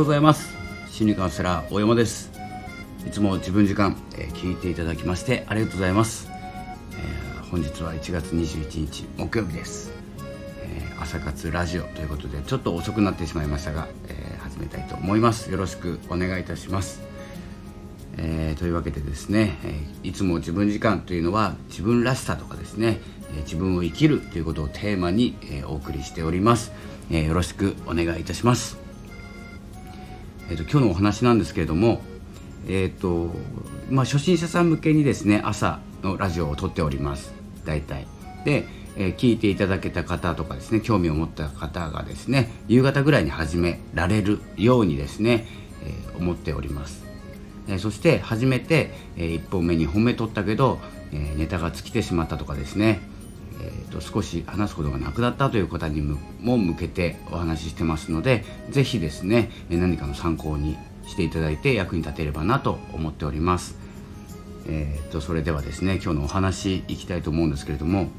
うございます。心理カウンセラー大山です。いつも自分時間、聞いていただきましてありがとうございます。本日は1月21日木曜日です。朝活ラジオということでちょっと遅くなってしまいましたが、始めたいと思います。よろしくお願いいたします。というわけでですね、いつも自分時間というのは自分らしさとかですね、自分を生きるということをテーマに、お送りしております。よろしくお願いいたします。今日のお話なんですけれども、初心者さん向けにですね、朝のラジオを撮っております。大体で、聞いていただけた方とかですね、興味を持った方がですね、夕方ぐらいに始められるようにですね、思っております。そして初めて、1本目2本目撮ったけど、ネタが尽きてしまったとかですね、少し話すことがなくなったという方にも向けてお話ししてますので、ぜひですね、何かの参考にしていただいて役に立てればなと思っております。それではですね、今日のお話いきたいと思うんですけれども、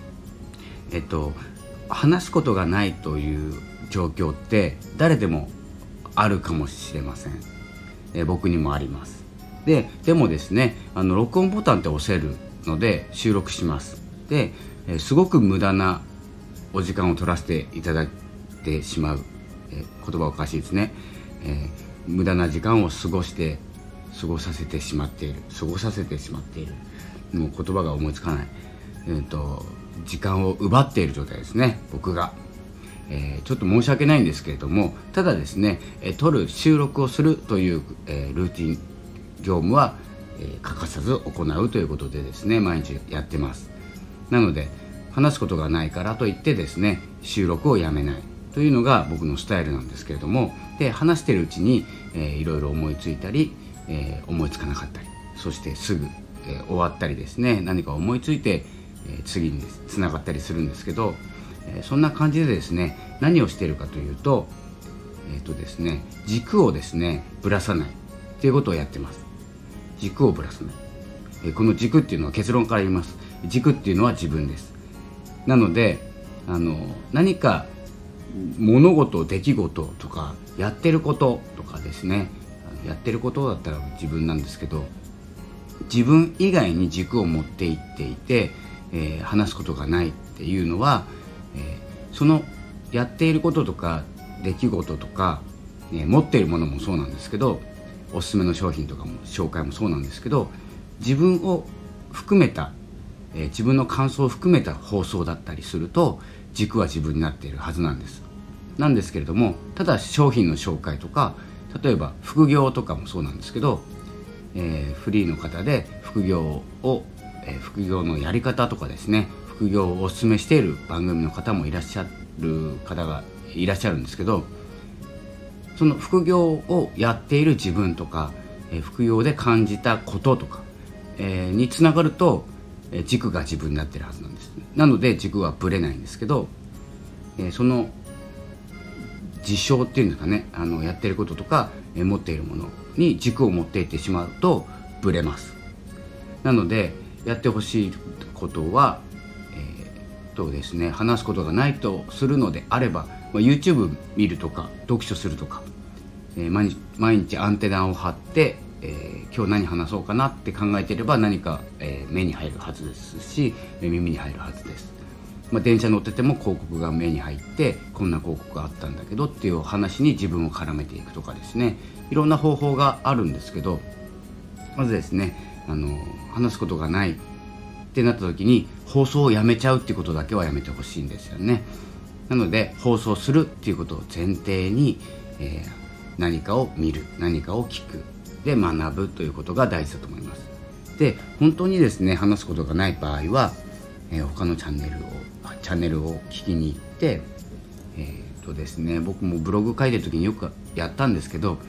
話すことがないという状況って誰でもあるかもしれません。僕にもあります。でもですね、録音ボタンって押せるので収録します。ですごく無駄なお時間を取らせていただいてしまう、言葉おかしいですね、無駄な時間を過ごさせてしまっているもう言葉が思いつかない、時間を奪っている状態ですね、僕が。ちょっと申し訳ないんですけれども、ただですね、収録をするという、ルーティン業務は、欠かさず行うということでですね、毎日やってます。なので話すことがないからといってですね、収録をやめないというのが僕のスタイルなんですけれども、で話しているうちに、いろいろ思いついたり、思いつかなかったり、そしてすぐ、終わったりですね、何か思いついて、次につながったりするんですけど、そんな感じでですね、何をしているかというと、ですね、軸をですねぶらさないということをやってます。軸をぶらさない、この軸っていうのは結論から言います。軸っていうのは自分です。なので何か物事出来事とかやってることとかですね、やってることだったら自分なんですけど、自分以外に軸を持っていっていて、話すことがないっていうのは、そのやっていることとか出来事とか、持っているものもそうなんですけど、おすすめの商品とかも紹介もそうなんですけど、自分を含めた、自分の感想を含めた放送だったりすると、軸は自分になっているはずなんですけれども、ただ商品の紹介とか、例えば副業とかもそうなんですけど、フリーの方で副業のやり方とかですね、副業をお勧めしている番組の方もいらっしゃる方がいらっしゃるんですけど、その副業をやっている自分とか、副業で感じたこととか、につながると、軸が自分になっているはずなんです。なので軸はぶれないんですけど、その事象っていうんですかね、やっていることとか、持っているものに軸を持っていってしまうとぶれます。なのでやってほしいことは、ですね、話すことがないとするのであれば、YouTube 見るとか読書するとか、毎日アンテナを張って、今日何話そうかなって考えていれば、何か、目に入るはずですし、耳に入るはずです。電車乗ってても広告が目に入って、こんな広告があったんだけどっていう話に自分を絡めていくとかですね、いろんな方法があるんですけど、まずですね、話すことがないってなった時に放送をやめちゃうっていうことだけはやめてほしいんですよね。なので放送するっていうことを前提に、何かを見る、何かを聞くで学ぶということが大事だと思います。で、本当にですね、話すことがない場合は、他のチャンネルを聞きに行って、ですね、僕もブログ書いてる時によくやったんですけど、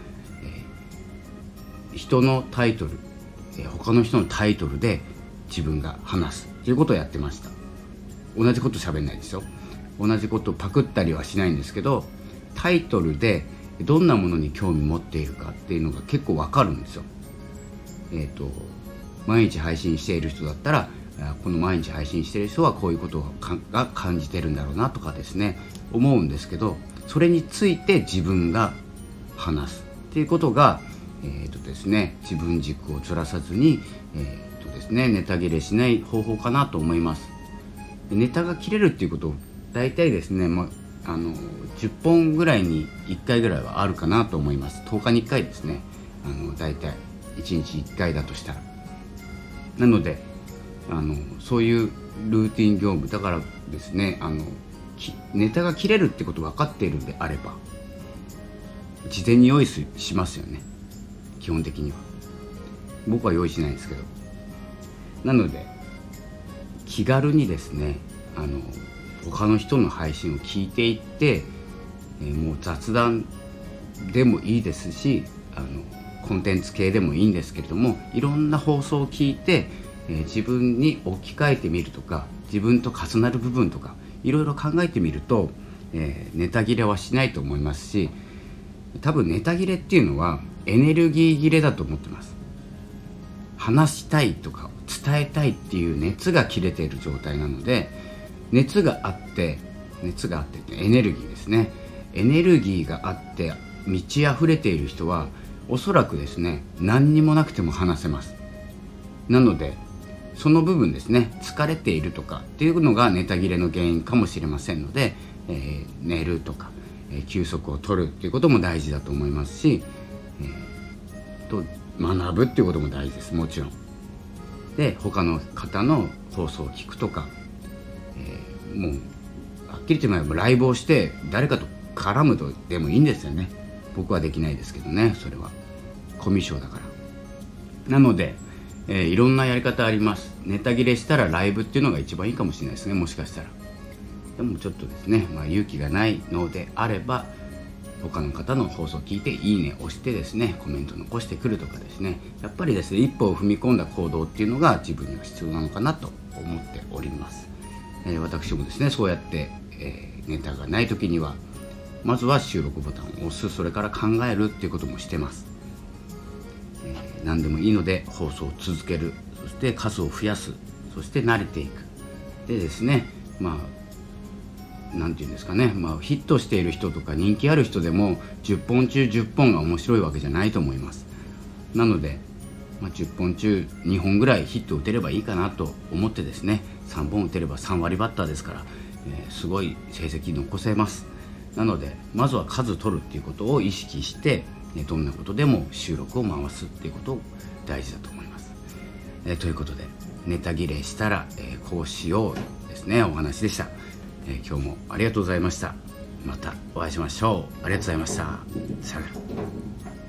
人のタイトル、他の人のタイトルで自分が話すということをやってました。同じこと喋んないですよ。同じことをパクったりはしないんですけど、タイトルでどんなものに興味持っているかっていうのが結構わかるんですよ。毎日配信している人だったら、この毎日配信している人はこういうことが感じてるんだろうなとかですね、思うんですけど、それについて自分が話すっていうことが、ですね、自分軸をずらさずに、ですね、ネタ切れしない方法かなと思います。ネタが切れるっていうことを大体ですね、10本ぐらいに1回ぐらいはあるかなと思います。10日に1回ですね。大体1日1回だとしたら。なのでそういうルーティン業務だからですね、ネタが切れるってこと分かっているのであれば事前に用意しますよね。基本的には僕は用意しないですけど、なので気軽にですね、他の人の配信を聞いていって、もう雑談でもいいですし、コンテンツ系でもいいんですけれども、いろんな放送を聞いて、自分に置き換えてみるとか、自分と重なる部分とかいろいろ考えてみると、ネタ切れはしないと思いますし、多分ネタ切れっていうのはエネルギー切れだと思ってます。話したいとか伝えたいっていう熱が切れている状態なので、熱があってエネルギーですね。エネルギーがあって満ち溢れている人はおそらくですね、何にもなくても話せます。なのでその部分ですね、疲れているとかっていうのがネタ切れの原因かもしれませんので、寝るとか、休息を取るっていうことも大事だと思いますし、学ぶっていうことも大事です。もちろんで、他の方の放送を聞くとか、もうはっきり言ってもらえばライブをして誰かと絡むとでもいいんですよね。僕はできないですけどね、それはコミュ障だから。なので、いろんなやり方あります。ネタ切れしたらライブっていうのが一番いいかもしれないですね、もしかしたら。でもちょっとですね、勇気がないのであれば、他の方の放送を聞いていいね押してですね、コメント残してくるとかですね、やっぱりですね、一歩を踏み込んだ行動っていうのが自分には必要なのかなと思っております。私もですね、そうやって、ネタがない時にはまずは収録ボタンを押す、それから考えるっていうこともしてます。何でもいいので放送を続ける、そして数を増やす、そして慣れていく。でですね、なんていうんですかね、ヒットしている人とか人気ある人でも10本中10本が面白いわけじゃないと思います。なので、10本中2本ぐらいヒット打てればいいかなと思ってですね、3本打てれば3割バッターですから、すごい成績残せます。なのでまずは数取るっていうことを意識して、どんなことでも収録を回すっていうことを大事だと思います。ということで、ネタ切れしたら、こうしようですね、お話でした。今日もありがとうございました。またお会いしましょう。ありがとうございました。さよなら。